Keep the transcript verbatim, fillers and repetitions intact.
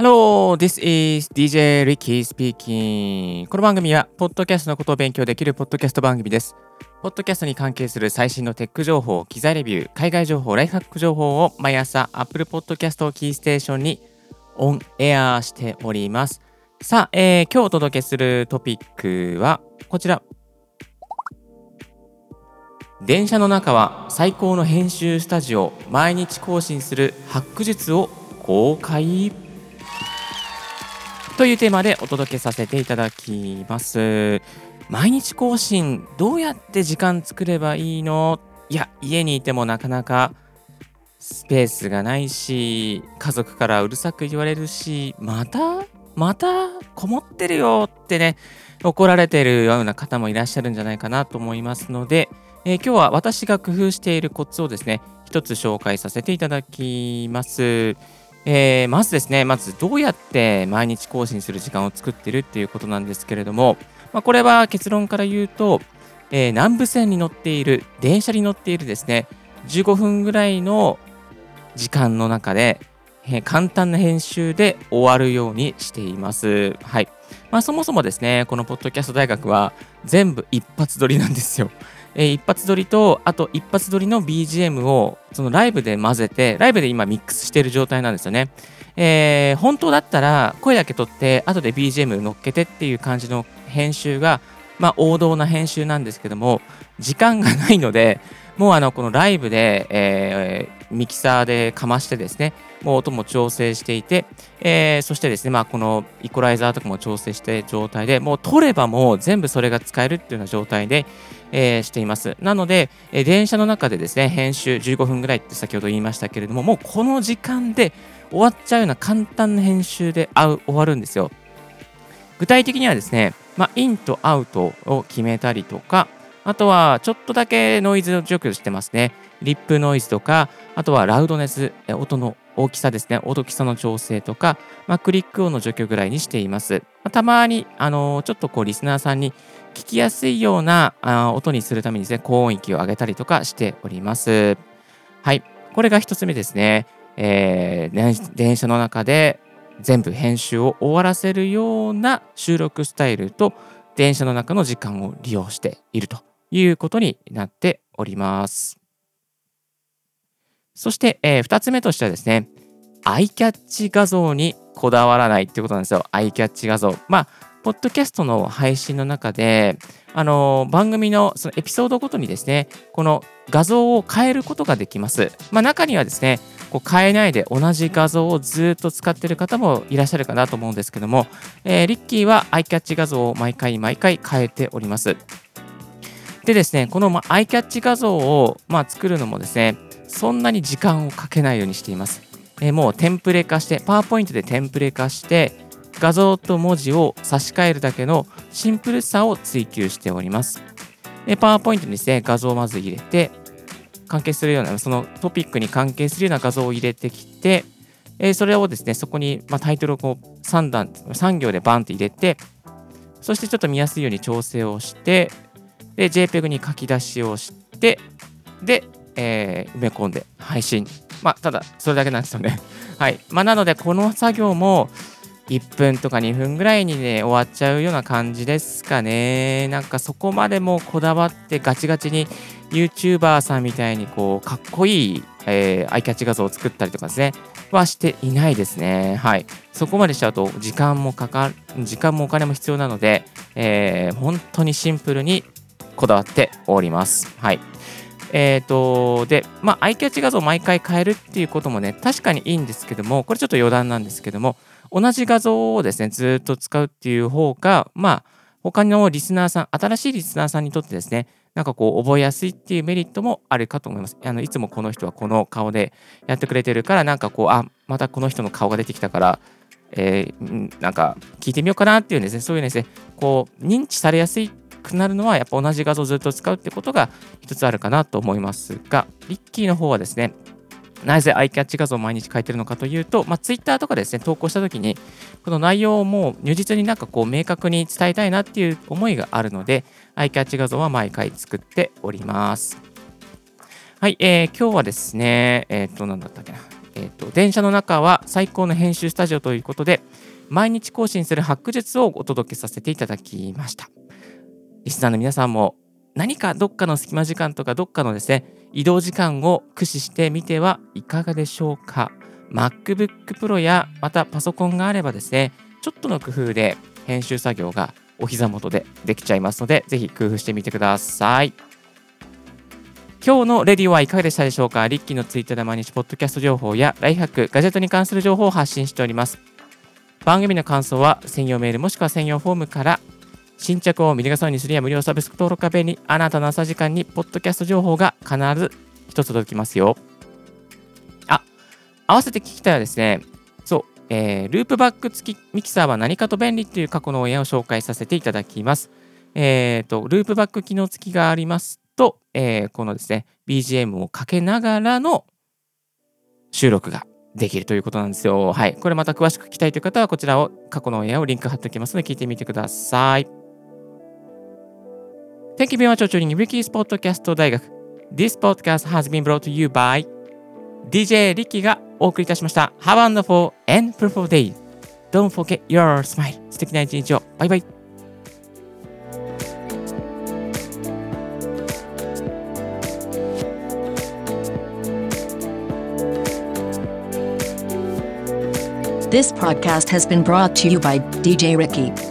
Hello, this is ディージェー Ricky speaking. この番組は、ポッドキャストのことを勉強できるポッドキャスト番組です。ポッドキャストに関係する最新のテック情報、機材レビュー、海外情報、ライフハック情報を毎朝 Apple Podcast をキーステーションにオンエアしております。さあ、えー、今日お届けするトピックはこちら。電車の中は最高の編集スタジオ、毎日更新するハック術を公開というテーマでお届けさせていただきます。毎日更新、どうやって時間作ればいいの？いや、家にいてもなかなかスペースがないし、家族からうるさく言われるし、またまたこもってるよってね、怒られているような方もいらっしゃるんじゃないかなと思いますので、えー今日は私が工夫しているコツをですね、一つ紹介させていただきます。えーまずですね、まずどうやって毎日更新する時間を作ってるっていうことなんですけれども、まあ、これは結論から言うと、えー南武線に乗っている、電車に乗っているですね、じゅうごふんぐらいの時間の中で、えー簡単な編集で終わるようにしています。はい。まあ、そもそもですね、このポッドキャスト大学は全部一発撮りなんですよ。えー一発撮りと、あと一発撮りの ビージーエム をそのライブで混ぜて、ライブで今ミックスしている状態なんですよね。えー本当だったら声だけ撮って、後で ビージーエム 乗っけてっていう感じの編集が、まあ王道な編集なんですけども、時間がないので、もうあのこのライブで、えーミキサーでかましてですね、もう音も調整していて、えーそしてですね、まあこのイコライザーとかも調整している状態で、もう撮ればもう全部それが使えるっていうような状態で、えーしています。なので、えー電車の中でですね、編集じゅうごふんぐらいって先ほど言いましたけれども、もうこの時間で終わっちゃうような簡単な編集であう終わるんですよ。具体的にはですね、まあ、インとアウトを決めたりとか、あとはちょっとだけノイズを除去してますね。リップノイズとか、あとはラウドネス、え音の大きさですね、音きさの調整とか、まあ、クリック音の除去ぐらいにしています。まあ、たまに、あのーちょっとこうリスナーさんに聞きやすいようなあー音にするためにですね、高音域を上げたりとかしております。はい。これが一つ目ですね。えー電電車の中で全部編集を終わらせるような収録スタイルと電車の中の時間を利用しているということになっております。そして、えー、ふたつめとしてはですね、アイキャッチ画像にこだわらないっていうことなんですよ。アイキャッチ画像。まあ、ポッドキャストの配信の中で、あのー番組のそのエピソードごとにですね、この画像を変えることができます。まあ、中にはですね、こう変えないで同じ画像をずっと使っている方もいらっしゃるかなと思うんですけども、えーリッキーはアイキャッチ画像を毎回毎回変えております。でですね、この、ま、アイキャッチ画像を、まあ、作るのもですね、そんなに時間をかけないようにしています。えーもうテンプレ化して、パワーポイントでテンプレ化して、画像と文字を差し替えるだけのシンプルさを追求しております。でパワーポイントにですね、画像をまず入れて、関係するような、そのトピックに関係するような画像を入れてきて、えーそれをですね、そこに、まあ、タイトルをこうさん段、さん行でバンって入れて、そしてちょっと見やすいように調整をして、で、JPEG に書き出しをして、で、えー埋め込んで配信。まあ、ただ、それだけなんですよね。はい。まあ、なので、この作業もいっぷんとかにふんぐらいにね、終わっちゃうような感じですかね。なんかそこまでもうこだわってガチガチに YouTuber さんみたいにこう、かっこいい、えーアイキャッチ画像を作ったりとかですね、はしていないですね。はい。そこまでしちゃうと時間もかかる、時間もお金も必要なので、えー本当にシンプルにこだわっております。はい。えっ、と、で、まあ、アイキャッチ画像を毎回変えるっていうこともね、確かにいいんですけども、これちょっと余談なんですけども、同じ画像をですね、ずっと使うっていう方が、まあ、他のリスナーさん、新しいリスナーさんにとってですね、なんかこう、覚えやすいっていうメリットもあるかと思います。あのいつもこの人はこの顔でやってくれてるから、なんかこう、あ、またこの人の顔が出てきたから、えーんなんか聞いてみようかなっていうですね、そういうですね、こう、認知されやすくなるのは、やっぱ同じ画像をずっと使うってことが一つあるかなと思いますが、リッキーの方はですね、なぜアイキャッチ画像を毎日書いてるのかというと、まあ、Twitter とかですね、投稿したときに、この内容をもう如実になんかこう明確に伝えたいなっていう思いがあるので、アイキャッチ画像は毎回作っております。はい、えー今日はですね、えっ、と、なんだったっけな。ええーと、電車の中は最高の編集スタジオということで、毎日更新するハック術をお届けさせていただきました。リスナーの皆さんも何かどっかの隙間時間とかどっかのですね、移動時間を駆使してみてはいかがでしょうか。MacBook Pro やまたパソコンがあればですね、ちょっとの工夫で編集作業がお膝元でできちゃいますので、ぜひ工夫してみてください。今日のレディオはいかがでしたでしょうか。リッキーのツイッターで毎日ポッドキャスト情報やライフハック、ガジェットに関する情報を発信しております。番組の感想は専用メールもしくは専用フォームから。新着を見逃さないようにするや無料サブスク登録が便利。あなたの朝時間にポッドキャスト情報が必ず一つ届きますよ。あ、合わせて聞きたいはですね、そう、えー、ループバック付きミキサーは何かと便利っていう過去のオンエアを紹介させていただきます。えーと、ループバック機能付きがありますと、えー、このですね、ビージーエム をかけながらの収録ができるということなんですよ。はい。これまた詳しく聞きたいという方は、こちらを過去のオンエアをリンク貼っておきますので、聞いてみてください。Thank you very much for tuning in Ricky's Podcast 大学。This podcast has been brought to you by ディージェー Ricky がお送りいたしました。Have a wonderful and fruitful day. Don't forget your smile. 素敵な一日を。バイバイ。 This podcast has been brought to you by ディージェー Ricky.